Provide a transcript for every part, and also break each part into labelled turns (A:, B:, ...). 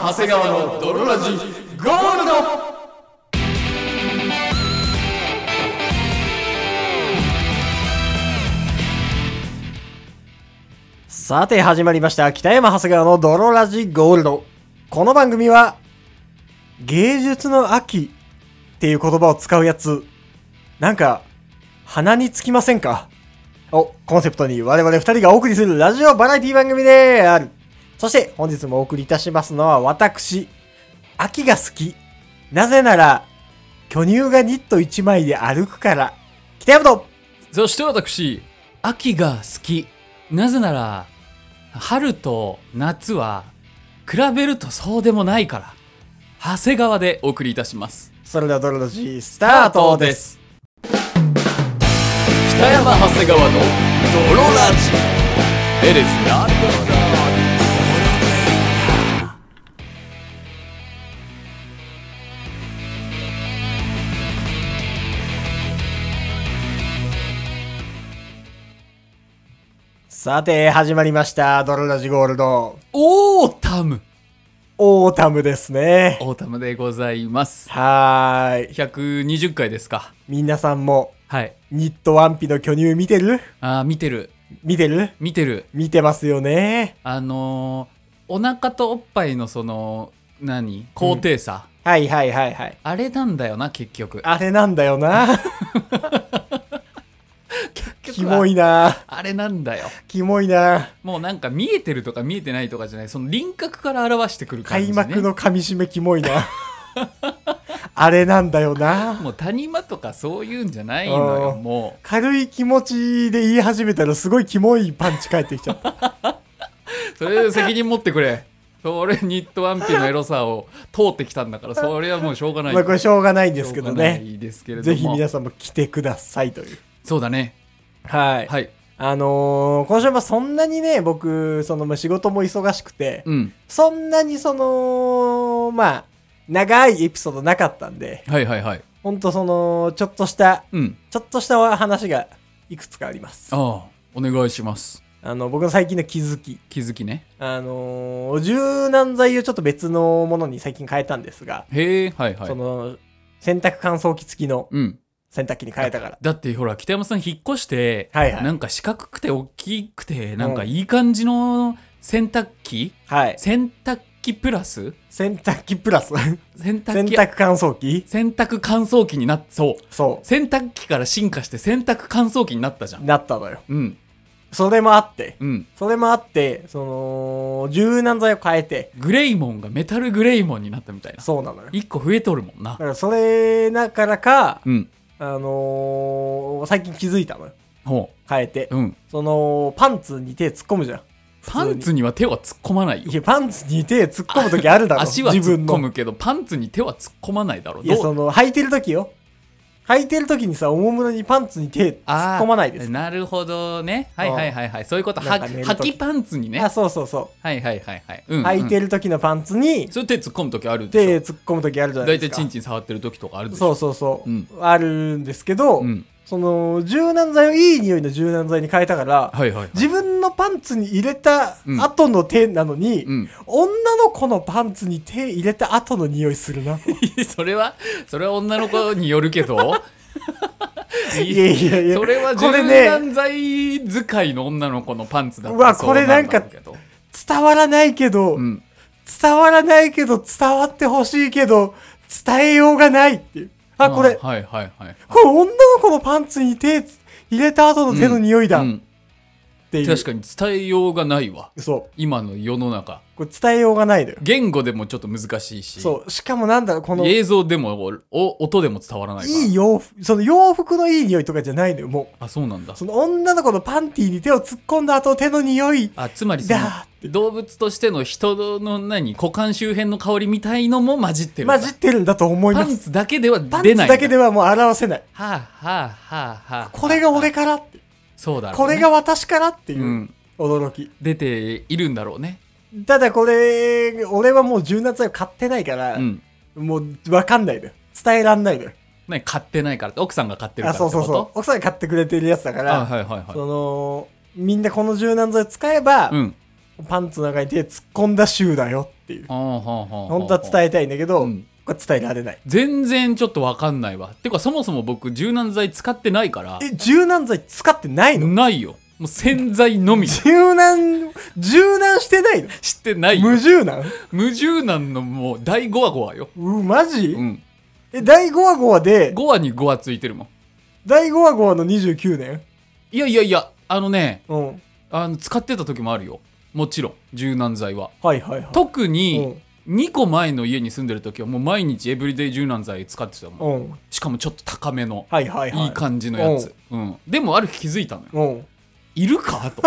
A: 長谷川の泥ラジゴールド。
B: さて始まりました北山長谷川の泥ラジゴールド。この番組は芸術の秋っていう言葉を使うやつなんか鼻につきませんかをコンセプトに我々二人がお送りするラジオバラエティ番組である。そして本日もお送りいたしますのは私、秋が好き、なぜなら巨乳がニット一枚で歩くから、北山と。
A: そして私、秋が好き、なぜなら春と夏は比べるとそうでもないから長谷川でお送りいたします。
B: それではドロラジースタートです。
A: 北山長谷川の泥ラジ。It is not gonna。
B: さて始まりましたドロラジゴールド。
A: オータム。
B: オータムですね。
A: オータムでございます。
B: はーい。
A: 120回ですか。
B: 皆さんも
A: はい。
B: ニットワンピの巨乳見てる？
A: 見てる。
B: 見てる？
A: 見てる。
B: 見てますよね。
A: お腹とおっぱいのその高低差、
B: はいはいはいはい。
A: あれなんだよな結局。
B: あれなんだよな。キモいな。
A: あれなんだよ。
B: キモいな。
A: もうなんか見えてるとか見えてないとかじゃない、その輪郭から表してくる感じ、ね、
B: 開幕の噛み締めキモいな。あれなんだよな。
A: もう谷間とかそういうんじゃないのよ。もう
B: 軽い気持ちで言い始めたらすごいキモいパンチ返ってきちゃった。
A: それで責任持ってくれ。それニットワンピのエロさを通ってきたんだから、それはもうしょうがない。
B: まあこれしょうがないんですけどね。
A: いいですけれども、
B: ぜひ皆さんも来てくださいという。
A: そうだね。
B: はい。
A: はい。
B: 今週はそんなにね、僕、仕事も忙しくて、
A: うん、
B: そんなに長いエピソードなかったんで、
A: はいはいはい。
B: ほんとちょっとした話がいくつかあります。
A: お願いします。
B: 僕の最近の気づき
A: ね。
B: 柔軟剤をちょっと別のものに最近変えたんですが、
A: へー、はいはい。
B: 洗濯乾燥機付きの、
A: うん。
B: 洗濯機に変えたから。
A: だってほら北山さん引っ越して、
B: はいはい、
A: なんか四角くて大きくてなんかいい感じの洗濯機、
B: はい、
A: 洗濯機プラス
B: 洗濯機プラス
A: 洗濯
B: 乾燥機
A: 洗濯乾燥機になっそう洗濯機から進化して洗濯乾燥機になったじゃん。
B: なったのよ。
A: うん。
B: それもあって、
A: うん、
B: それもあって柔軟剤を変えて
A: グレイモンがメタルグレイモンになったみたいな。
B: そうなのよ。
A: 1個増えとるもんな。
B: だからそれだからか、
A: うん、
B: 最近気づいたのよ。
A: ほう。
B: 変えて、
A: うん、
B: パンツに手突っ込むじゃん。
A: パンツには手は突っ込まないよ。
B: いやパンツに手突っ込む時あるだろ。
A: 足は突っ込むけどパンツに手は突っ込まないだろ。
B: いや履いてる時よ。履いてる時にさ、おもむろにパンツに手突っ込まないです。
A: なるほどね。はいはいはいはい。そういうこと。履きパンツにね。
B: あ、そうそうそう。
A: はいはいはいはい。
B: 履いてる時のパンツに
A: それ手突っ込む時あるでしょ。
B: 手突っ込む時あるじゃないですか。
A: だいたいチンチン触ってる時とかあるでしょ。
B: そうそうそう、あるんですけど、柔軟剤をいい匂いの柔軟剤に変えたから、
A: はいはいはい、
B: 自分のパンツに入れた後の手なのに、女の子のパンツに手入れた後の匂いするな。
A: それは女の子によるけど。
B: いやいやいや、
A: それは柔軟剤使いの女の子のパンツだったらそうなんだろうけど。
B: これなんか伝わらないけど、伝わってほしいけど伝えようがないっていう。これ、
A: はいはいはい、
B: これ女の子のパンツに手入れた後の手の匂いだっていう。
A: 確かに伝えようがないわ。
B: そう。
A: 今の世の中。
B: これ伝えようがないのよ。
A: 言語でもちょっと難しいし。
B: そう。しかもこの
A: 映像でも音でも伝わらないから。
B: いい洋服のいい匂いとかじゃないのよ、もう。
A: あ、そうなんだ。
B: 女の子のパンティーに手を突っ込んだ後手の匂い。
A: つまり動物としての人の股間周辺の香りみたいのも混じってる。
B: 混じってるんだと思います。
A: パンツだけでは出ない。
B: パンツだけではもう表せない。これが俺からって。
A: そうだろうね。
B: これが私からっていう驚き。
A: 出ているんだろうね。
B: ただ俺はもう柔軟剤を買ってないから、もう分かんないのよ。伝えらんないのよ。
A: 買ってないからって奥さんが買ってるからってこと？
B: そう奥さんが買ってくれてるやつだから、みんなこの柔軟剤を使えば、パンツの中に手突っ込んだ週だよっていう。
A: 本
B: 本当は伝えたいんだけど、
A: うん
B: これ伝えられない。
A: 全然ちょっとわかんないわ。てかそもそも僕柔軟剤使ってないから。
B: 柔軟剤使ってないの？
A: ないよ。もう洗剤のみ。
B: 柔軟してないの？
A: してないよ。
B: 無柔軟？
A: 無柔軟のもう第5話5話よ。
B: マジ？
A: うん。
B: 第5話5話で、
A: 5話に5話ついてるもん。
B: 第5話5話の29年？
A: いやいやいや、
B: うん。
A: 使ってた時もあるよ。もちろん、柔軟剤は。
B: はいはいはい。
A: 特に、2個前の家に住んでる時はもう毎日エブリデイ柔軟剤使ってたもん。しかもちょっと高めの、
B: はいはいはい。
A: いい感じのやつ。でもある日気づいたのよ。いるかと。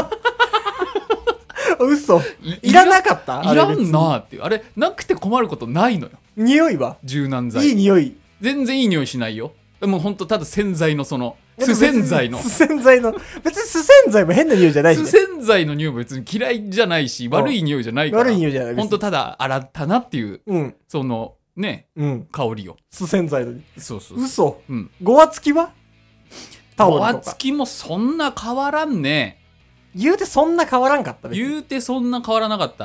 B: 嘘。いらなかった？
A: いらんなーっていう。あれ、なくて困ることないのよ。
B: 匂いは？
A: 柔軟剤。
B: いい匂い。
A: 全然いい匂いしないよ。でもほんとただ洗剤の素洗剤の。
B: 素洗剤の。別に素洗剤も変な匂いじゃないし、ね。
A: 素洗剤の匂いも別に嫌いじゃないし、悪い匂いじゃないから。
B: 悪い匂いじゃない。
A: ほんとただ洗ったなっていう、ね、香りを。
B: 素洗剤の。
A: そう。
B: 嘘。ごわつきは？
A: ごわつきもそんな変わらんね。
B: 言うてそんな変わらんかった。
A: 言うてそんな変わらなかった。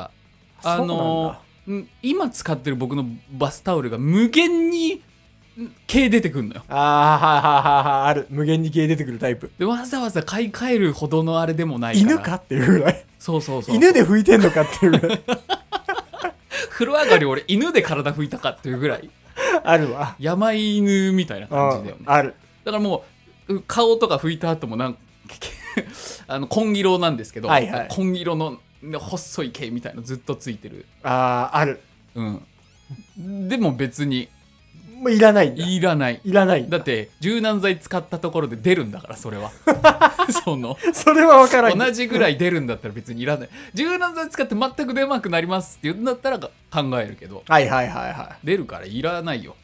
A: 今使ってる僕のバスタオルが無限に毛出てくるのよ。
B: ある。無限に毛出てくるタイプ。
A: で、わざわざ買い替えるほどのあれでもないから。
B: 犬かっていうぐらい。
A: そう。
B: 犬で拭いてんのかっていうぐらい。
A: 風呂上がり俺犬で体拭いたかっていうぐらい。
B: あるわ。
A: 山犬みたいな感じだよね。
B: ある。だ
A: からもう、顔とか拭いた後も紺色なんですけど、紺色の細い毛みたいのずっとついてる。
B: ある。
A: でも別に。
B: もういらないんだ。
A: いらない。だって柔軟剤使ったところで出るんだから、それは。
B: それは分からん。
A: 同じぐらい出るんだったら別にいらない。柔軟剤使って全く出なくなりますって言うんだったら考えるけど。出るからいらないよ。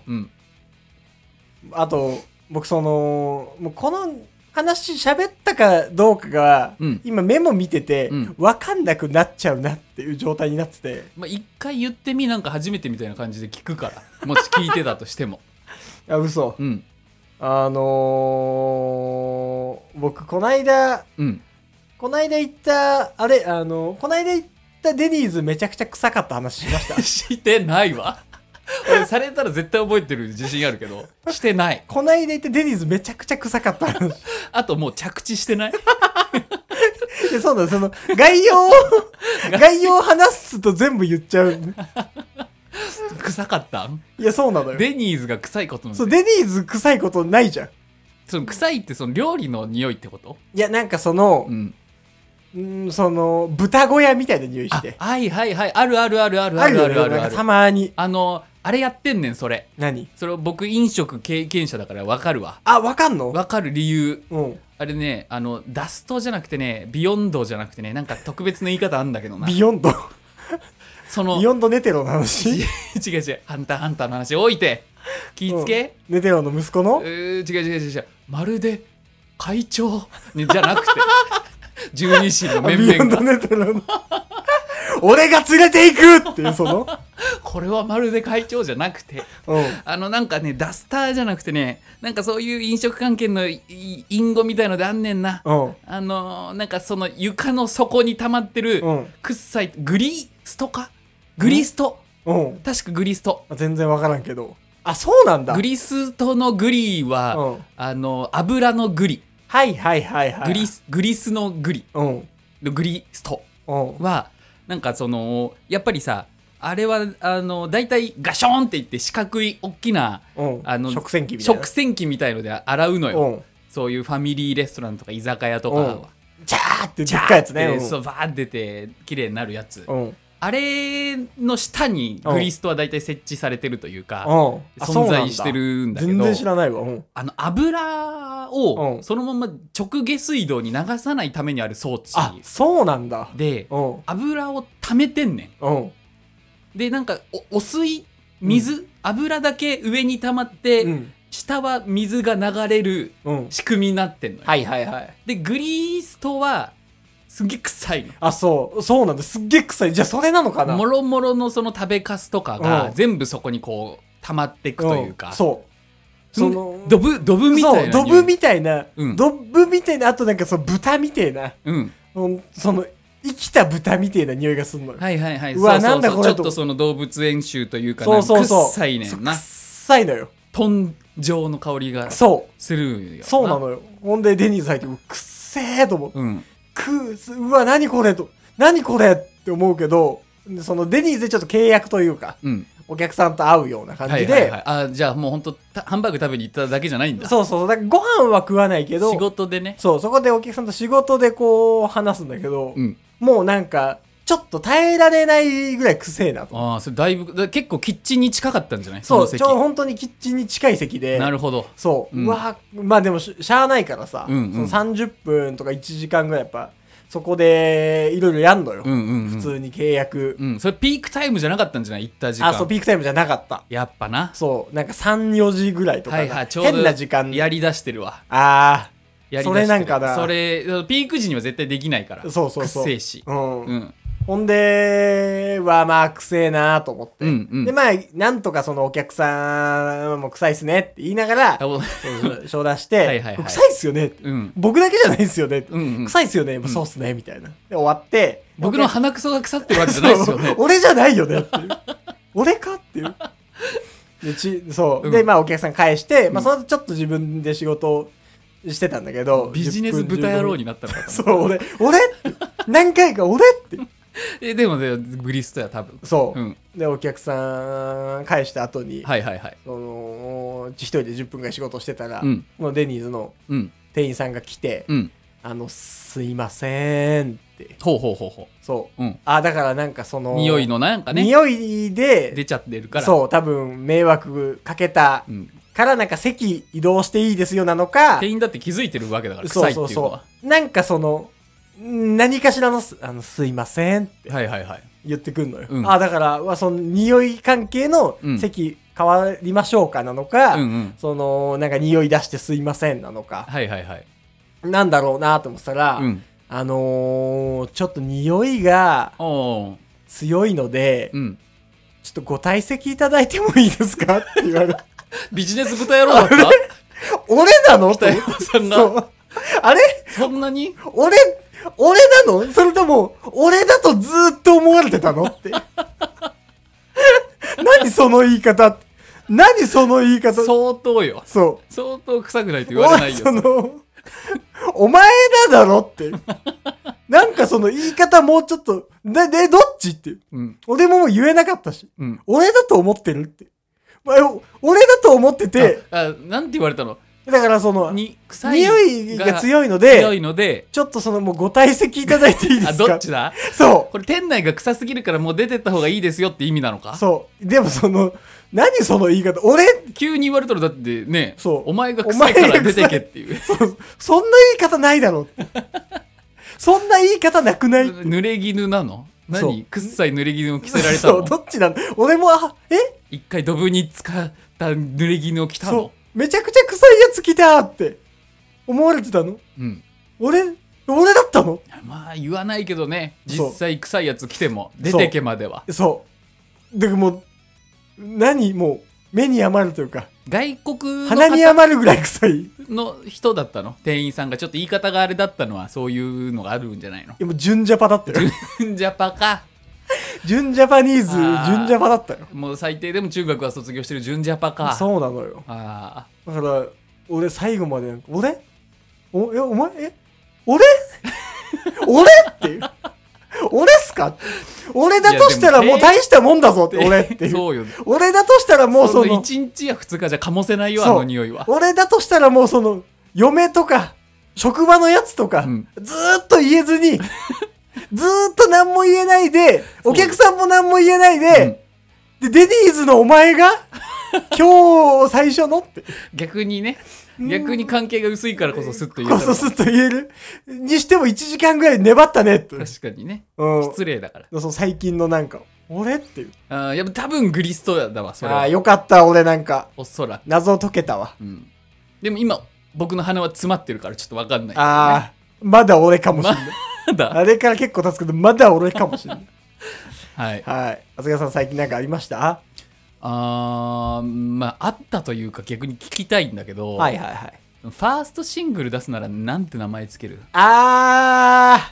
B: あと僕もうこの話喋ったかどうかが、今メモ見てて、分かんなくなっちゃうなっていう状態になってて、
A: 一回言ってみ、なんか初めてみたいな感じで聞くから、もし聞いてたとしても。
B: いや嘘。僕こないだ行ったこないだ行ったデニーズめちゃくちゃ臭かった話しました？
A: してないわ。俺されたら絶対覚えてる自信あるけど、してない。
B: こないだ行ってデニーズめちゃくちゃ臭かった話。
A: あともう着地してない？
B: そうだ、概要を話すと全部言っちゃう。
A: 臭かったん？
B: いや、そうなのよ。
A: デニーズが臭いことなんだよ。
B: デニーズ臭いことないじゃん。
A: 臭いって料理の匂いってこと？い
B: や、なんか豚小屋みたいな匂いして。
A: はい。ある。
B: たまに。
A: あれやってんねん、それ。
B: 何？
A: それ僕飲食経験者だから分かるわ。
B: 分かんの？
A: 分かる理由。あれね、ダストじゃなくてね、ビヨンドじゃなくてね、なんか特別な言い方あんだけどな。
B: ビヨンドビヨンドネテロの話？
A: 違う。ハンターの話置いて。気ぃつけ、
B: ネテロの息子の？
A: 違う。まるで会長じゃなくて。十二神の面々が。ビヨンドネテロの。
B: 俺が連れて行くっていう
A: これはまるで会長じゃなくて、なんかね、ダスターじゃなくてね、なんかそういう飲食関係の隠語みたいのであんねんな。なんか床の底に溜まってるくっさいグリストか？グリスト。確かグリスト。
B: 全然わからんけど。そうなんだ。
A: グリストのグリは、油のグリ。
B: はい。
A: グリスのグリ。グリストは、なんかやっぱりさ、あれはだいたいガションっていって四角い大きな
B: 食洗
A: 機みたいので洗うのよ。そういうファミリーレストランとか居酒屋とかは
B: ジャーってでっかいやつね。
A: バーって出て綺麗になるやつ。あれの下にグリストはだいたい設置されてるというか、存在してるんだけど、
B: 全然知らないわ。
A: 油をそのまま直下水道に流さないためにある装置。
B: そうなんだ。
A: で、油を溜めてんねん。で、なんかお水、水、油だけ上に溜まって、下は水が流れる仕組みになってんのよ。で、グリストはすっげえ臭いの。
B: そうなんだ。すっげえ臭い。じゃあそれなのかな？
A: もろもろの食べかすとかが全部そこにこう溜まっていくというか。ドブみたいな。
B: ドブみたいな。ドブみたいな。あとなんか豚みたいな。 生きた豚みたいな匂いがするのよ。
A: はいはいはい。
B: うわ
A: そうそうそう
B: なんだこれ
A: ちょっとその動物園臭というか
B: そうそうそう。
A: 臭いねんな。
B: 臭いのよ。
A: 豚状の香りが
B: そう。
A: するよ。
B: そうなのよ。ほんでデニーズ入って、くっせーと思う。
A: うん。
B: うわ、何これと。何これって思うけど、そのデニーズでちょっと契約というか、
A: うん。
B: お客さんと会うような感じで、
A: はいはいはい、あ、じゃあもうほんとハンバーグ食べに行っただけじゃないんだ。
B: そうそう、だからご飯は食わないけど、
A: 仕事でね。
B: そう、そこでお客さんと仕事でこう話すんだけど、
A: うん。
B: もうなんか、ちょっと耐えられないぐらいくせえなと。
A: ああ、それだいぶ結構キッチンに近かったんじゃない？
B: そう、
A: の席
B: 本当にキッチンに近い席で。
A: なるほど。
B: そう、
A: うん
B: うわ、まあでもしゃあないからさ、
A: うんうん
B: その30分とか1時間ぐらいやっぱ、そこでいろいろやんのよ、
A: うんうんうん。
B: 普通に契約。
A: うん。それピークタイムじゃなかったんじゃない？行った時間。
B: あ、そう、ピークタイムじゃなかった。
A: やっぱな。
B: そう、なんか3、4時ぐらいとかが、
A: はいはい、ちょうど
B: 変な時間。
A: やりだしてるわ。
B: あ
A: やりだしてる。
B: それなんかな
A: それ、ピーク時には絶対できないから。
B: あ、そうそうそう。
A: くっせえし。
B: うん。
A: うん。
B: ほんで、まあ、くせえなと思って。
A: うんうん
B: で、まあ、なんとかそのお客さんも臭いっすねって言いながら、
A: あお
B: そう承諾して、
A: はいはいはい
B: 臭いっすよねって、
A: うん。
B: 僕だけじゃないっすよねって、
A: うんうん。
B: 臭いっすよね、そうっすね、みたいな。で、終わって、
A: 僕の鼻くそが腐ってるわけじゃないですよね
B: そう。俺じゃないよねっていう。俺かっていう。で、そう。
A: うん
B: で、まあ、お客さん返して、まあ、その後ちょっと自分で仕事をしてたんだけど、
A: ビジネス豚野郎になったのかと
B: そう、俺って何回か俺って。
A: でもね、グリストや、多分。
B: そう。
A: うん。
B: で、お客さん返した後に、
A: はいはいはい。
B: その、一人で10分ぐらい仕事してたら、
A: うん
B: このデニーズの
A: うん。
B: 店員さんが来て、
A: うん。
B: すいませんって。
A: ほうほうほうほ
B: そう。
A: う。うん。
B: あ、だからなんかその、
A: 匂いのなんかね、
B: 匂いで、
A: 出ちゃってるから。
B: そう、多分迷惑かけた
A: う。ん。
B: からなんか席移動していいですよなのか、
A: 店員だって気づいてるわけだから、
B: そうそう
A: 臭いっていうのは。
B: そう。なんかその、何かしらのすいませんって
A: はいはいはい。
B: 言ってくんのよ。
A: うん
B: あ、だから、その匂い関係の
A: うん
B: 席変わりましょうかなのか、
A: うんうん。
B: その、なんか匂い出してすいませんなのか、
A: はいはいはい。
B: なんだろうなと思ってたら、
A: うん。
B: ちょっと匂いが
A: おー。
B: 強いので、
A: うん。
B: ちょっとご退席いただいてもいいですかって言われて、
A: ビジネス豚野郎だった
B: 俺なの
A: 北山さんが。
B: そう。あれ
A: そんなに
B: 俺なのそれとも、俺だとずーっと思われてたのって。何その言い方何その言い方
A: 相当よ。
B: そう。
A: 相当臭くないと言われないよ。
B: その、お前らだろって。なんかその言い方もうちょっと、どっちって。
A: うん。
B: 俺ももう言えなかったし。
A: うん。
B: 俺だと思ってるって。まあ俺だと思ってて、
A: なんて言われたの？
B: だからその、
A: 臭い
B: 匂いが強いの
A: 強
B: で、
A: いので、
B: ちょっとそのもうご退席いただいていいですか
A: どっちだ？
B: そ
A: これ店内が臭すぎるからもう出てった方がいいですよって意味なのか？
B: う。そう。でもその、何その言い方
A: 急に言われたらだってね、
B: そう
A: お前が臭いから出てけっていう。
B: そんな言い方ないだろって。そんな言い方なくない
A: 濡れ衣なの？
B: そう
A: 何？臭い濡れ衣を着せられた
B: そう、
A: の？
B: どっちなの俺も、
A: 一回ドブに使った濡れ衣を着たの？
B: そう。めちゃくちゃ臭いやつ来たって思われてたの
A: うん。
B: 俺だったの
A: まあ言わないけどね、
B: そう
A: 実際臭いやつ来ても出てけまでは。
B: そう。でもう、もう、目に余るというか、
A: 外国の
B: 鼻に
A: 方
B: 余るぐらい臭い。い
A: の人だったの？店員さんがちょっと言い方があれだったのはそういうのがあるんじゃないの？
B: やもう純ジャパだったよ。
A: ジャパか。
B: 純ジャパニーズ、
A: あー
B: 純ジャパだったよ。
A: もう最低でも中学は卒業してる純ジャパか。
B: そうなのよ。
A: あ
B: だから、俺最後まで、お前俺っていう。俺っすか俺だとしたらもう大したもんだぞって、俺っていう。
A: そうよ。
B: 俺だとしたらもうその、
A: 1日や2日じゃ醸せないよ、あ
B: そう
A: の匂いは。
B: 俺だとしたらもうその、嫁とか、職場のやつとか、
A: うん
B: ずーっと言えずに、ずーっと何も言えないで、お客さんも何も言えないで、で、デニーズのお前が、今日最初のって、
A: 逆にね、逆に関係が薄いからこそスッと言えたの
B: こそすっと言える。にしても1時間ぐらい粘ったねって。
A: 確かにね。
B: うん。
A: 失礼だから。
B: その最近のなんか、俺っていう。
A: やっぱ多分グリストだわ、それは。
B: ああ、よかった、俺なんか。
A: おそらく。
B: 謎解けたわ。
A: うん。でも今、僕の鼻は詰まってるからちょっとわかんない、
B: ああ、まだ俺かもしれない。
A: まだ。
B: あれから結構経つけど、まだ俺かもしれない。
A: はい。
B: はい。あすがさん最近なんかありました
A: まあ、あったというか逆に聞きたいんだけど、
B: はいはいはい。
A: ファーストシングル出すならなんて名前つける？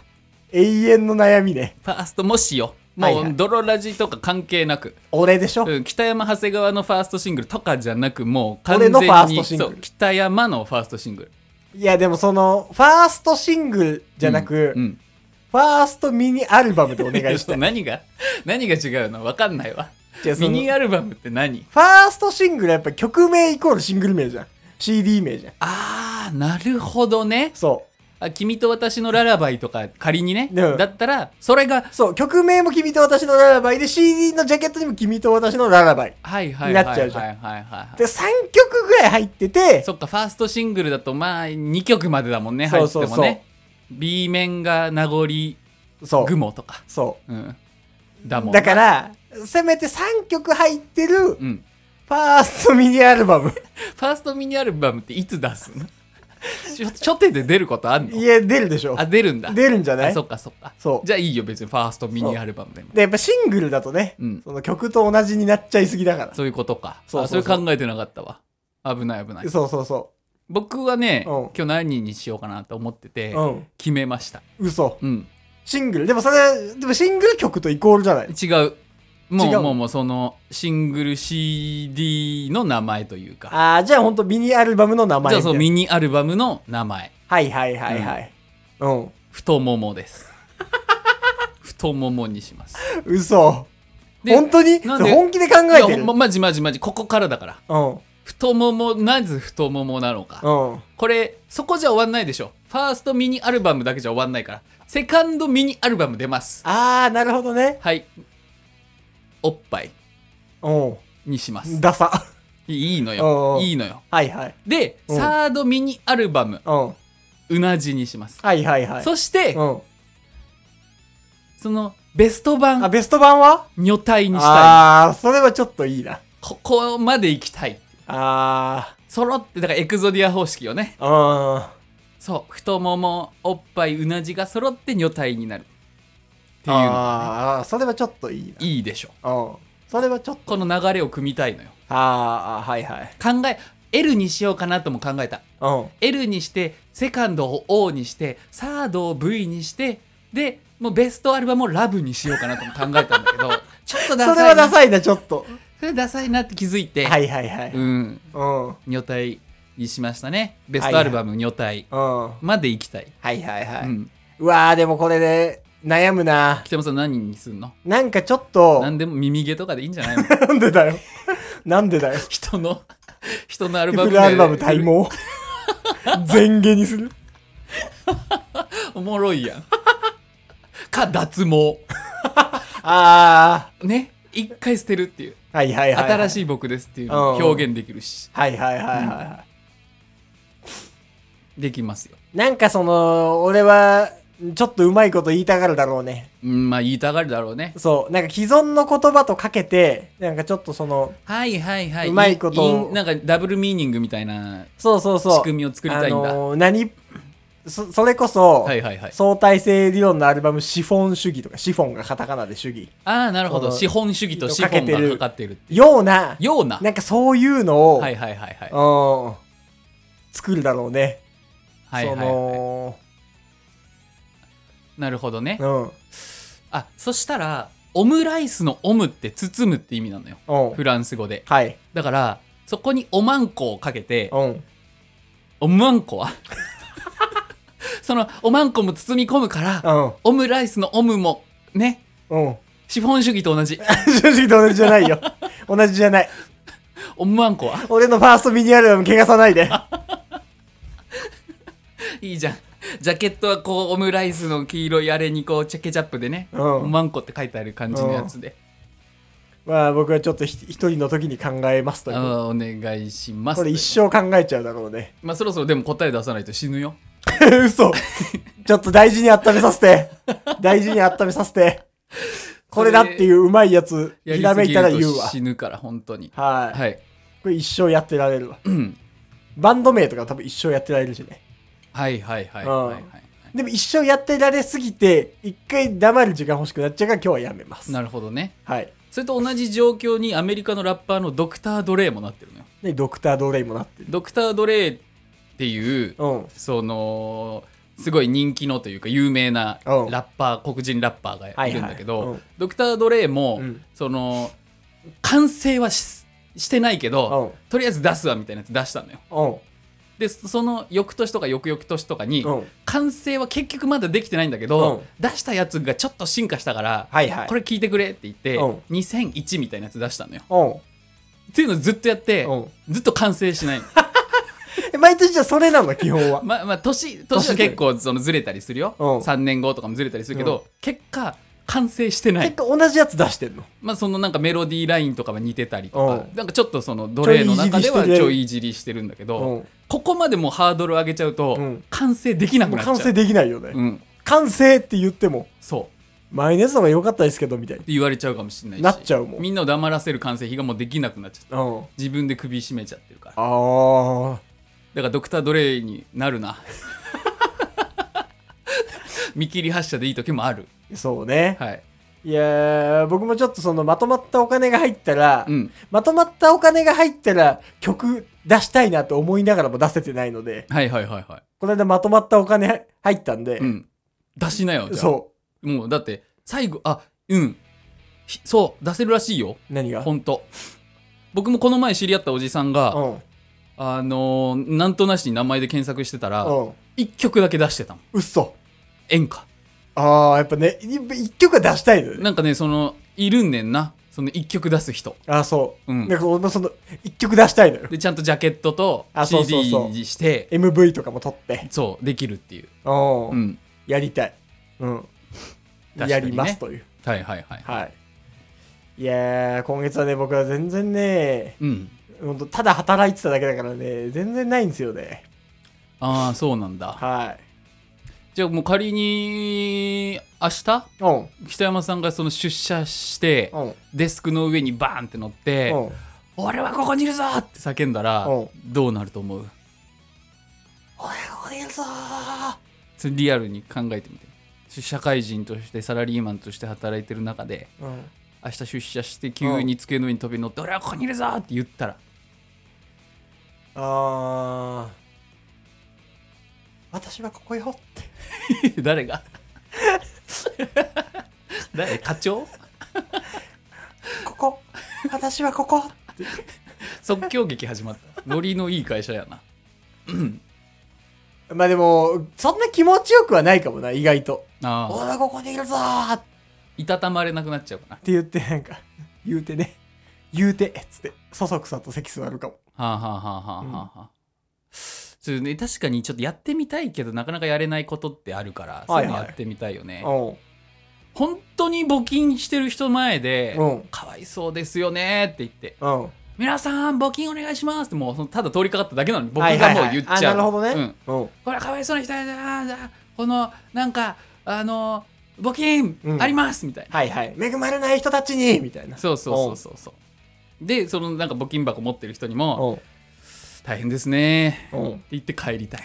B: 永遠の悩みね。
A: ファーストもしよ。もう、ドロラジとか関係なく。
B: 俺でしょ、
A: 北山長谷川のファーストシングルとかじゃなく、もう完全に。
B: 俺のファーストシングル。
A: そう、北山のファーストシングル。
B: いや、でもその、ファーストシングルじゃなく、ファーストミニアルバムでお願いしたい。
A: 何が違うの分かんないわ。
B: じゃあ
A: ミニアルバムって何？
B: ファーストシングルはやっぱ曲名イコールシングル名じゃん。CD 名じゃん。
A: あー、なるほどね。
B: そ
A: 君と私のララバイとか仮にね、だったら、それが、
B: そう、曲名も君と私のララバイで CD のジャケットにも君と私のララバイ。になっちゃうじゃん。で、3曲ぐらい入ってて、
A: そっか、ファーストシングルだとまあ2曲までだもんね、入っててもね。B 面が名残雲とか。
B: そう。
A: だもん。
B: だから、せめて3曲入ってる、ファーストミニアルバム。
A: ファーストミニアルバムっていつ出すの？初手で出ることあんの？
B: いや、出るでしょ。
A: あ、出るんだ。
B: 出るんじゃない？
A: そっかそっか。
B: そう。
A: じゃあいいよ、別にファーストミニアルバムでも。
B: で、やっぱシングルだとね、その曲と同じになっちゃいすぎだから。
A: そういうことか。
B: そう
A: それ考えてなかったわ。危ない危ない。
B: そうそうそう。
A: 僕はね、今日何にしようかなと思ってて、決めました。
B: 嘘。シングル。でもそれ、でもシングル曲とイコールじゃない？
A: 違う。もうそのシングル CD の名前というか。
B: ああ、じゃあほんとミニアルバムの名前。
A: じゃあそう、ミニアルバムの名前。
B: はいはいはいはい。
A: 太ももです。太ももにします。
B: 嘘。本当に？本気で考えてる？
A: マジ、ここからだから。太もも、なぜ太ももなのか。これ、そこじゃ終わんないでしょ。ファーストミニアルバムだけじゃ終わんないから。セカンドミニアルバム出ます。
B: ああ、なるほどね。
A: はい。おっぱいにします。
B: ダサ。
A: いいのよ。いいのよ。
B: はいはい。
A: で、サードミニアルバム、うなじにします。
B: はいはいはい。
A: そして、その、ベスト版。
B: ベスト版は
A: 女体にしたい。
B: ああ、それはちょっといいな。
A: ここまで行きたい。揃って、だからエクゾディア方式よね。そう、太もも、おっぱい、うなじが揃って女体になる。っていうの、
B: ああ、それはちょっといいな。
A: いいでしょ。
B: それはちょっと。
A: この流れを組みたいのよ。
B: はいはい。
A: L にしようかなとも考えた。L にして、セカンドを O にして、サードを V にして、で、もうベストアルバムをラブにしようかなとも考えたんだけど、ちょっとダサいな。
B: それはダサいな、ちょっと。
A: それダサいなって気づいて。
B: はいはいはい。
A: 女体にしましたね。ベストアルバム女体まで行きたい。
B: はいはいはい。うわー、でもこれで悩むな。
A: 北山さん何にすんの？
B: なんかちょっと。
A: なんでも耳毛とかでいいんじゃないの？
B: なんでだよ。なんでだよ。
A: 人のアルバムで。
B: フルアルバム体毛。全毛にする。
A: おもろいやん。か、脱毛。ね。一回捨てるっていう。
B: はいはいはい。
A: 新しい僕ですっていうのを表現できるし。
B: はいはいはいはい。
A: できますよ。
B: なんかその、俺は、ちょっとうまいこと言いたがるだろうね。
A: まあ言いたがるだろうね。
B: そう。なんか既存の言葉とかけて、なんかちょっとその、
A: はいはいはい。
B: うまいことを。
A: なんかダブルミーニングみたいな。
B: そうそうそう。
A: 仕組みを作りたいんだ。
B: それこそ、
A: はいはいはい。
B: 相対性理論のアルバム、シフォン主義とか、シフォンがカタカナで主義。
A: なるほど。資本主義とシフォンがかかってる。
B: ような。
A: なん
B: かそういうのを、
A: はいはいはいはい。
B: 作るだろうね。
A: はいはいはい。なるほどね。そしたら、オムライスのオムって包むって意味なのよ。フランス語で。
B: はい。
A: だから、そこにおまんこをかけて、おまんこはそのおまんこも包み込むから、オムライスのオムもね、資本主義と同じ。
B: 資本主義と同じじゃないよ。同じじゃない。
A: おまんこは
B: 俺のファーストミニアルバム汚さないで。
A: いいじゃん。ジャケットはこうオムライスの黄色いあれにこうケチャップでね、おまんこって書いてある感じのやつで。
B: まあ僕はちょっと一人の時に考えますと。
A: お願いします。
B: これ一生考えちゃうだろうね。
A: まあそろそろでも答え出さないと死ぬよ。
B: 嘘。ちょっと大事に温めさせて。大事に温めさせて。これだっていううまいやつ、ひらめいたら言うわ。
A: 死ぬから、本当に。
B: はい。これ一生やってられるわ。バンド名とか多分一生やってられるしね。
A: はいはいはいはい。
B: でも一生やってられすぎて、一回黙る時間欲しくなっちゃうから今日はやめます。
A: なるほどね。
B: はい。
A: それと同じ状況にアメリカのラッパーのドクター・ドレイもなってるのよ。
B: ドクター・ドレイもなってる。
A: ドクター・ドレイっていう、その、 すごい人気のというか有名な
B: うん
A: ラッパー、黒人ラッパーがいるんだけど、
B: はいはいうん
A: ドクター・ドレイも、
B: うん
A: その完成はしてないけど、
B: うん
A: とりあえず出すわみたいなやつ出したのよ。
B: うん
A: でその翌年とか翌々年とかに、
B: うん
A: 完成は結局まだできてないんだけど、
B: うん
A: 出したやつがちょっと進化したから、
B: はいはい
A: これ聞いてくれって言って、
B: うん
A: 2001みたいなやつ出したのよ。
B: うん
A: っていうのをずっとやって、
B: うん
A: ずっと完成しないの。
B: 毎年じゃそれなの基本は。
A: まあ年は結構そのずれたりするよ、
B: うん
A: 3年後とかもずれたりするけど、結果完成してない。
B: 結構同じやつ出してんの。
A: まあそのなんかメロディーラインとかは似てたりとか、
B: うん
A: なんかちょっとその奴隷の中では
B: ちょいいじりしてる
A: ちょいいじりしてるんだけど、
B: うん
A: ここまでもうハードル上げちゃうと、
B: うん
A: 完成できなく
B: もう
A: なっちゃう。
B: 完成できないよね。
A: うん、
B: 完成って言っても
A: そうって
B: 前のやつの方が良かったですけどみたい
A: 言われちゃうかもしれないし、
B: なっちゃうもん
A: みんなを黙らせる完成比がもうできなくなっちゃった。
B: な。うん。
A: 自分で首絞めちゃってるから。
B: あ
A: だからドクター・ドレイになるな。見切り発車でいい時もある。
B: あ、そうね。
A: はい。
B: いやー、僕もちょっとそのまとまったお金が入ったら、
A: うん。
B: まとまったお金が入ったら曲出したいなと思いながらも出せてないので、
A: はいはいはいはい。
B: この間まとまったお金入ったんで、
A: うん。出しなよ、じゃあ。
B: そ
A: もうだって、最後、そう、出せるらしいよ。
B: う。何が
A: ほんと。僕もこの前知り合ったおじさんが、
B: うん。
A: なんとなしに名前で検索してたら、
B: うん。
A: 1曲だけ出してたの。
B: うっそ。
A: 演歌。
B: あー、やっぱね、一曲は出したいのよね。
A: なんかね、いるんねんな。その1曲出す人。
B: あー、そう。
A: うん
B: なんか俺もその、一曲出したいのよ。
A: で、ちゃんとジャケットと
B: あそうそう
A: CD
B: そう
A: にして、
B: MV とかも撮って。
A: そう、できるっていう。
B: うん。
A: うん。
B: やりたい。うん。
A: 確かにね
B: やりますという。
A: はいはいはい。
B: はい。いやー、今月はね、僕は全然ね、
A: うん。
B: ほんとただ働いてただけだからね、全然ないんですよね。
A: ああ、そうなんだ。
B: はい。
A: じゃあもう仮に、明日
B: うん。
A: 北山さんがその出社して、
B: うん。
A: デスクの上にバーンって乗って、
B: うん。
A: 俺はここにいるぞって叫んだら、
B: うん
A: どうなると思う？
B: おい、おいるぞー。
A: それリアルに考えてみて。社会人としてサラリーマンとして働いてる中で、
B: うん。
A: 明日出社して急に机の上に飛び乗って、俺はここにいるぞって言ったら、
B: 私はここよって。
A: 誰が誰？課長？
B: ここ。私はここ。
A: 即興劇始まった。ノリのいい会社やな。
B: まあでも、そんな気持ちよくはないかもな、意外と。
A: ああ、
B: 俺はここにいるぞーって
A: いたたまれなくなっちゃうかな。
B: 言って、なんか、言うてね。言うて、つって、そそくさと席座るかも。
A: はあはあはあはあはあ。それね、確かにちょっとやってみたいけどなかなかやれないことってあるから、そういうのやってみたいよね。
B: うん。
A: 本当に募金してる人前で、
B: うん
A: かわいそうですよねって言って、
B: うん。
A: 皆さん募金お願いしますってもうただ通りかかっただけなのに僕
B: はい
A: がも
B: はいはいあ、
A: う言っちゃう。
B: なるほどね。
A: うん。
B: うん。
A: これかわいそうな人やな、このなんか募金
B: うん
A: ありますみたいな。
B: はいはい。恵まれない人たちにみたいな。
A: そうそうそう。で、そのなんか募金箱持ってる人にも、
B: うん。
A: 大変ですね
B: うん
A: って言って帰りたい。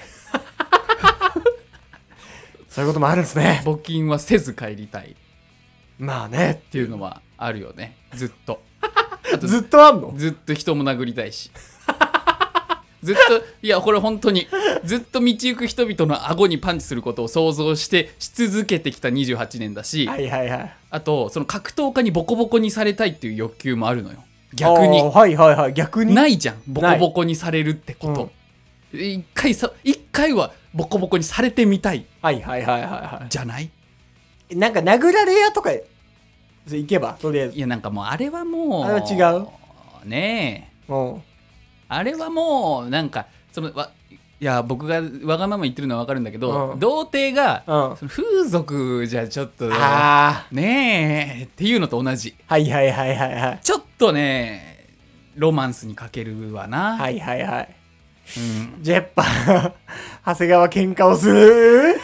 B: そういうこともあるんですね。
A: 募金はせず帰りたいっ
B: まあね。
A: ていうのはあるよね、ずっと。あと
B: ずっとあんの
A: ずっと人も殴りたいし。ずっと、いや、これ本当に、ずっと道行く人々の顎にパンチすることを想像し続けてきた28年だし、
B: はいはいはい。
A: あと、その格闘家にボコボコにされたいっていう欲求もあるのよ。逆に。
B: はいはいはい。逆に。
A: ないじゃん、ボコボコにされるってこと。一回はボコボコにされてみたい
B: はいはいはいはいは
A: じゃない？
B: い。なんか殴られ屋とか行けば、とりあえず。
A: いや、なんかもうあれはもう、
B: あれは違う
A: ねえ。
B: うん。
A: あれはもうなんかいや僕がわがまま言ってるのはわかるんだけど、
B: うん
A: 童貞が、
B: うん。
A: その風俗じゃちょっと
B: あ
A: ねえっていうのと同じ。
B: あ。はいはいはいはいはい。
A: ちょっとねロマンスに欠けるわな。
B: はいはいはい。
A: うん、
B: ジェッパー、長谷川喧嘩をする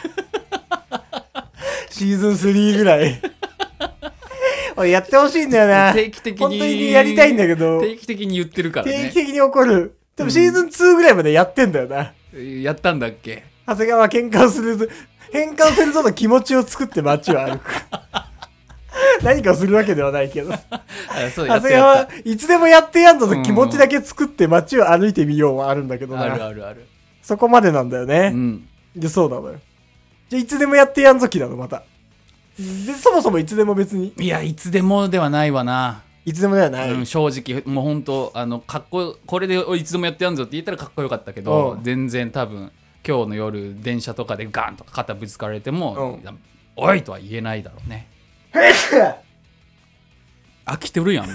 B: シーズン3ぐらい。俺やってほしいんだよな。
A: 定期的に
B: 本当にやりたいんだけど、
A: 定期的に言ってるからね。
B: 定期的に起こる。でもシーズン2ぐらいまでやってんだよな。
A: やったんだっけ？
B: 長谷川喧嘩をするぞ、喧嘩をするぞの気持ちを作って街を歩く。何かをするわけではないけど。
A: あそう
B: 長谷
A: やったやっ
B: 川、いつでもやってやんぞの気持ちだけ作って街を歩いてみようはあるんだけど
A: た。ある
B: な。
A: あるある。
B: そこまでなんだよ
A: う
B: ね。
A: ん。
B: で、そうなのよ。 じゃあいつでもやってやんぞきなのまた。で、そもそもいつでも別に。
A: いや、いつでもではないわな。
B: いつでもではない。
A: うん、正直、もうほんと、かっこ、これでいつでもやってやんぞって言ったらかっこよかったけど、全然多分、今日の夜、電車とかでガンとか肩ぶつかられても、おいとは言えないだろうね。飽きてるやん。く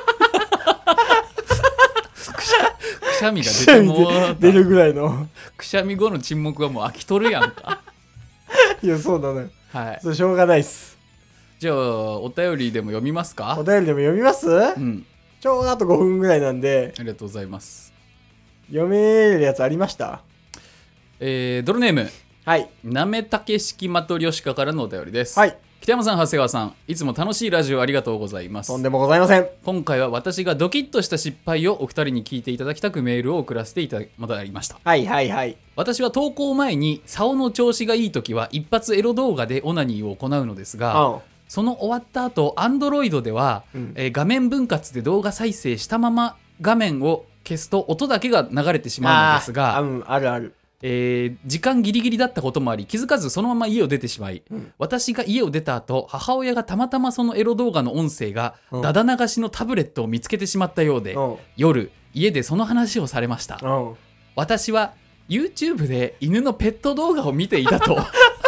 A: しゃみが出ても
B: 出るぐらいの。
A: くしゃみ後の沈黙はもう飽きとるやんか。
B: いや、そうなのよ。
A: はい。
B: それしょうがないっす。
A: じゃあ、お便りでも読みますか？
B: お便りでも読みます？
A: うん。
B: ちょうどあと5分ぐらいなんで。
A: ありがとうございます。
B: 読めるやつありました？
A: ドルネーム。
B: はい。
A: なめたけ式マトリョシカからのお便りです。
B: はい。
A: 北山さん、長谷川さん、いつも楽しいラジオありがとうございます。
B: とんでもございません。
A: 今回は私がドキッとした失敗をお二人に聞いていただきたくメールを送らせていただきました。
B: はいはいはい。
A: 私は投稿前に竿の調子がいい時は一発エロ動画でオナニーを行うのですが、その終わった後、Android では、画面分割で動画再生したまま画面を消すと音だけが流れてしまうのですが、
B: あるある。
A: 時間ギリギリだったこともあり気づかずそのまま家を出てしまい、私が家を出た後、母親がたまたまそのエロ動画の音声がだだ流しのタブレットを見つけてしまったようで、夜家でその話をされました。私は YouTube で犬のペット動画を見ていたと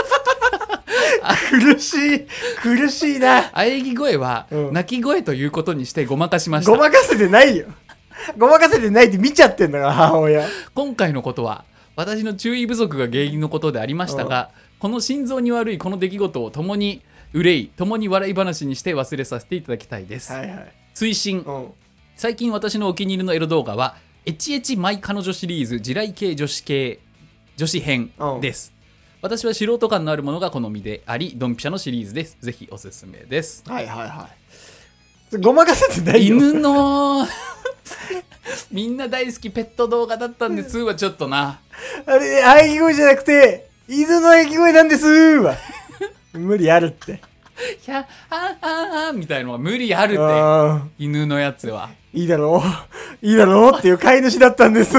B: 苦しいな。
A: 喘ぎ声は泣き声ということにしてごまかしました。
B: ごまかせてないよ。ごまかせてないって見ちゃってんだから母親。
A: 今回のことは私の注意不足が原因のことでありましたが、この心臓に悪いこの出来事を共に憂い、共に笑い話にして忘れさせていただきたいです。追伸、最近私のお気に入りのエロ動画はエチエチマイ彼女シリーズ地雷系女子編です。私は素人感のあるものが好みであり、ドンピシャのシリーズです。ぜひおすすめです。
B: ごまかせてないよ。
A: 犬のみんな大好きペット動画だったんですはちょっとな。
B: あれ、喘ぎ声じゃなくて、犬の喘ぎ声なんですわ。無理あるって。
A: ひゃあみたいのは無理あるって。犬のやつは。
B: いいだろうっていう飼い主だったんです。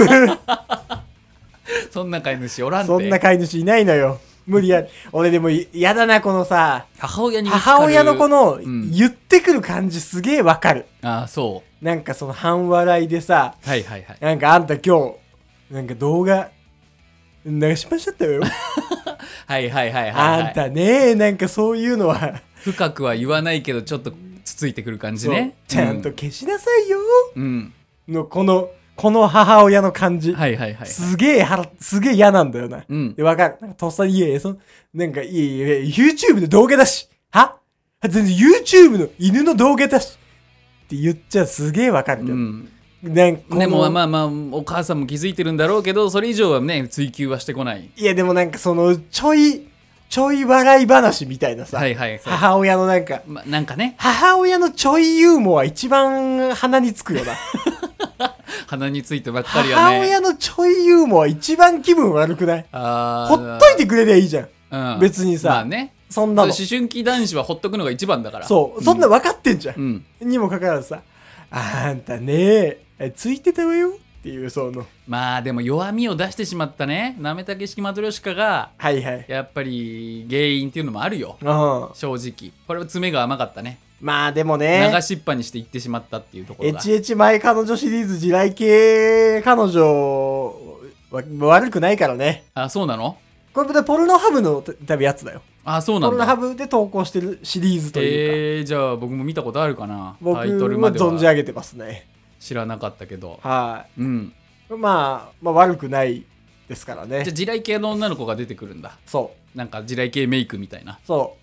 A: そんな飼い主おらんて。
B: そんな飼い主いないのよ。無理や。俺でも嫌だな、このさ、
A: 母親
B: のこの、言ってくる感じすげえわかる。
A: ああ、そう。
B: なんかその半笑いでさ、なんかあんた今日、なんか動画、流しましちゃったよ。あんたね、なんかそういうのは。
A: 深くは言わないけど、ちょっとつついてくる感じね。
B: ちゃんと消しなさいよ。の、この母親の感じ。すげえ嫌なんだよな。で、わかる。なんかとっさになんかYouTube の動画だし。全然 YouTube の犬の動画だし。って言っちゃすげえわかるけど。
A: でもまあお母さんも気づいてるんだろうけど、それ以上はね追求はしてこない。
B: いやでもなんかそのちょい笑い話みたいなさ、母親のなんか、
A: なんかね、
B: 母親のちょいユーモア一番鼻につくよな。
A: 鼻についてばっかりはね。
B: 母親のちょいユーモア一番気分悪くない？ほっといてくれりゃいいじゃん。別にさ。まあね。そんなの。
A: 思春期男子はほっとくのが一番だから。
B: そう。そんな分かってんじゃん。にもかかわらずさ、あんたねついてたわよっていうその。
A: まあでも弱みを出してしまったね。なめたけ式マトリョシカが、やっぱり原因っていうのもあるよ。正直。これは詰めが甘かったね。
B: まあでもね。
A: 流しっぱにしていってしまったっていうところが。
B: エチエチ前彼女シリーズ地雷系彼女は悪くないからね。
A: あ、そうなの？
B: これポルノハブの多分やつだよ。
A: あ、そうなんだ。
B: ポルノハブで投稿してるシリーズというか。
A: じゃあ僕も見たことあるかな。
B: 僕は存じ上げてますね。
A: 知らなかったけど。
B: はい。まあ悪くないですからね。
A: じゃあ地雷系の女の子が出てくるんだ。
B: そう。
A: なんか地雷系メイクみたいな。
B: そう。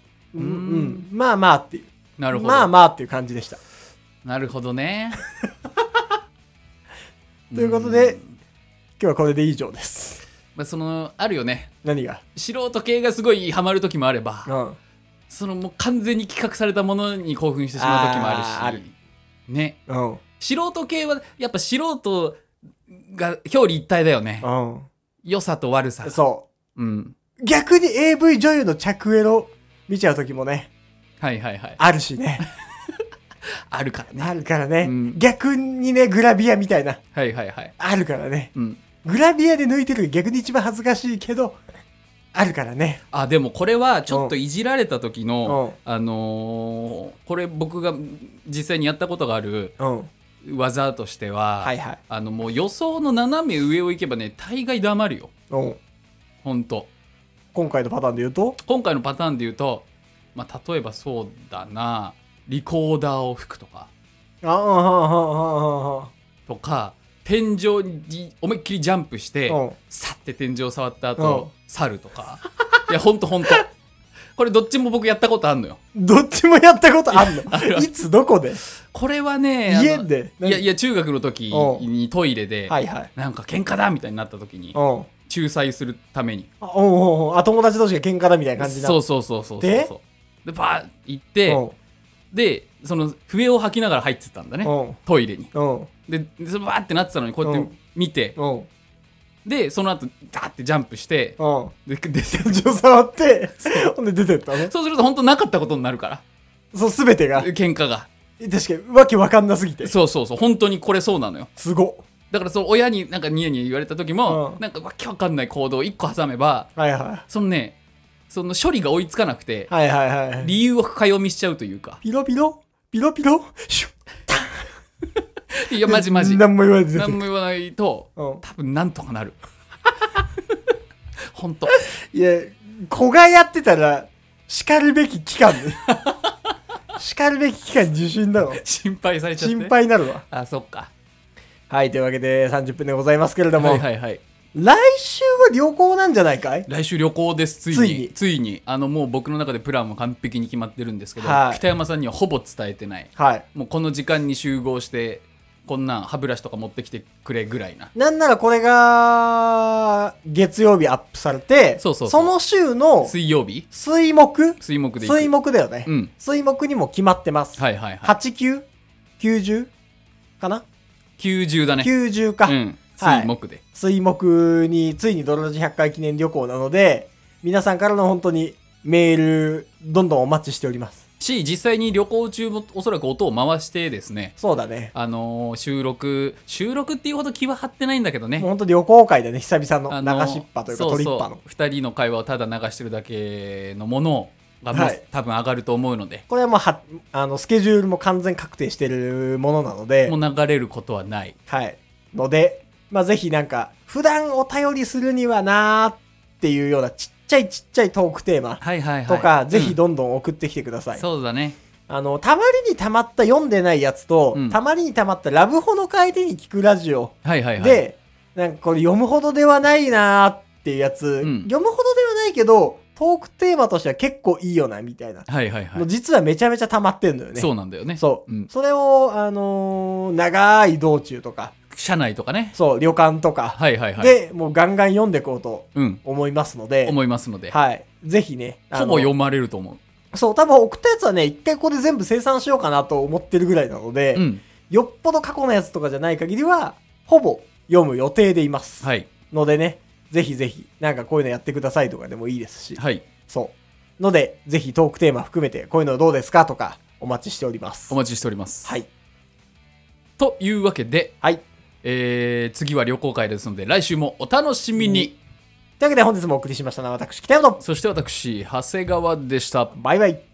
B: まあっていう。
A: なるほど。
B: まあっていう感じでした。
A: なるほどね。
B: ということで、今日はこれで以上です。
A: まああるよね。
B: 何が？
A: 素人系がすごいハマる時もあれば、もう完全に企画されたものに興奮してしまう時もあるし。ね。素人系はやっぱ素人が表裏一体だよね。良さと悪さ。
B: そう。逆に AV 女優の着エロ見ちゃう時もね。あるしね。
A: あるからね。
B: あるからね。逆にね、グラビアみたいな。あるからね。グラビアで抜いてる逆に一番恥ずかしいけど、 あるからね。
A: あ、でもこれはちょっといじられた時の、
B: う
A: これ僕が実際にやったことがある技としては、
B: はいはい。
A: もう予想の斜め上を行けばね、大概黙るよ。ほんと。
B: 今回のパターンで言うと、
A: 今回のパターンで言うと、まあ、例えばそうだな、リコーダーを吹くとか、とか、天井に思いっきりジャンプしてさって天井触った後去るとか。いやほんとこれどっちも僕やったことあんのよ。
B: どっちもやったことあんのいつどこで？
A: これはね、
B: 家で？
A: いや中学の時にトイレでなんか喧嘩だみたいになった時に仲裁するために、
B: 友達同士が喧嘩だみたいな感じな。
A: そうでバー行って、でその笛を吐きながら入ってたんだね、トイレに。でバーってなってたのにこうやって見て、でその後ダーってジャンプして、で天
B: 井触ってほんで出てったの。
A: そうすると本当なかったことになるから、
B: そう全てが
A: 喧嘩が。
B: 確かにわけわかんなすぎて。
A: そう本当にこれそうなのよ。
B: すごっ。
A: だからそう親になんかニヤニヤ言われた時も、なんかわけわかんない行動を1個挟めば、そのね、その処理が追いつかなくて、理由を深読みしちゃうというか、
B: ピロシュッ
A: いやマジ
B: 何も言わ
A: ないと、多分なんとかなる。ほんと。
B: いや子がやってたら叱るべき期間ね。叱るべき期間受診だろ。
A: 心配されちゃって。
B: 心配になるわ。
A: あ、そっか。
B: はい、というわけで30分でございますけれども、
A: 来
B: 週は旅行なんじゃないかい？
A: 来週旅行です。ついにもう僕の中でプランも完璧に決まってるんですけど、北山さんにはほぼ伝えてない、もうこの時間に集合してこんなん歯ブラシとか持ってきてくれぐらいな。
B: なんならこれが月曜日アップされて、その週の
A: 水曜日、
B: 水木で
A: 水木
B: だよね、水木にも決まってます。8、9、90かな、
A: 90だね。
B: 90か。
A: 水木で。
B: 水木についにドロラジ100回記念旅行なので、皆さんからの本当にメール、どんどんお待ちしております。
A: 実際に旅行中もおそらく音を回してですね。
B: そうだね。
A: 収録っていうほど気は張ってないんだけどね。
B: もう本当旅行会だね。久々の流しっぱというかトリッパの。
A: 2人の会話をただ流してるだけのものが多分上がると思うので。
B: これはもうスケジュールも完全確定してるものなので。
A: もう流れることはない。
B: ので、ぜひなんか、普段お便りするにはなーっていうようなちっちゃいトークテーマとか、ぜひどんどん送ってきてください。
A: そうだね。
B: たまりにたまった読んでないやつと、たまりにたまったラブホの帰りに聞くラジオで、なんかこれ読むほどではないなーっていうやつ、読むほどではないけど、トークテーマとしては結構いいよなみたいな。実はめちゃめちゃ溜まってんのよね。
A: そうなんだよね。
B: それを、長い道中とか、
A: 車内とかね。
B: 旅館とか。で、もうガンガン読んでいこうと思いますので。ぜひね。
A: ほぼ読まれると思う。
B: そう、多分送ったやつはね、一回ここで全部生産しようかなと思ってるぐらいなので、よっぽど過去のやつとかじゃない限りは、ほぼ読む予定でいます。のでね、ぜひぜひ、なんかこういうのやってくださいとかでもいいですし。そう。ので、ぜひトークテーマ含めて、こういうのどうですかとか、お待ちしております。
A: というわけで、次は旅行会ですので来週もお楽しみに。
B: というわけで本日もお送りしましたのは私北山と、
A: そして私長谷川でした。
B: バイバイ。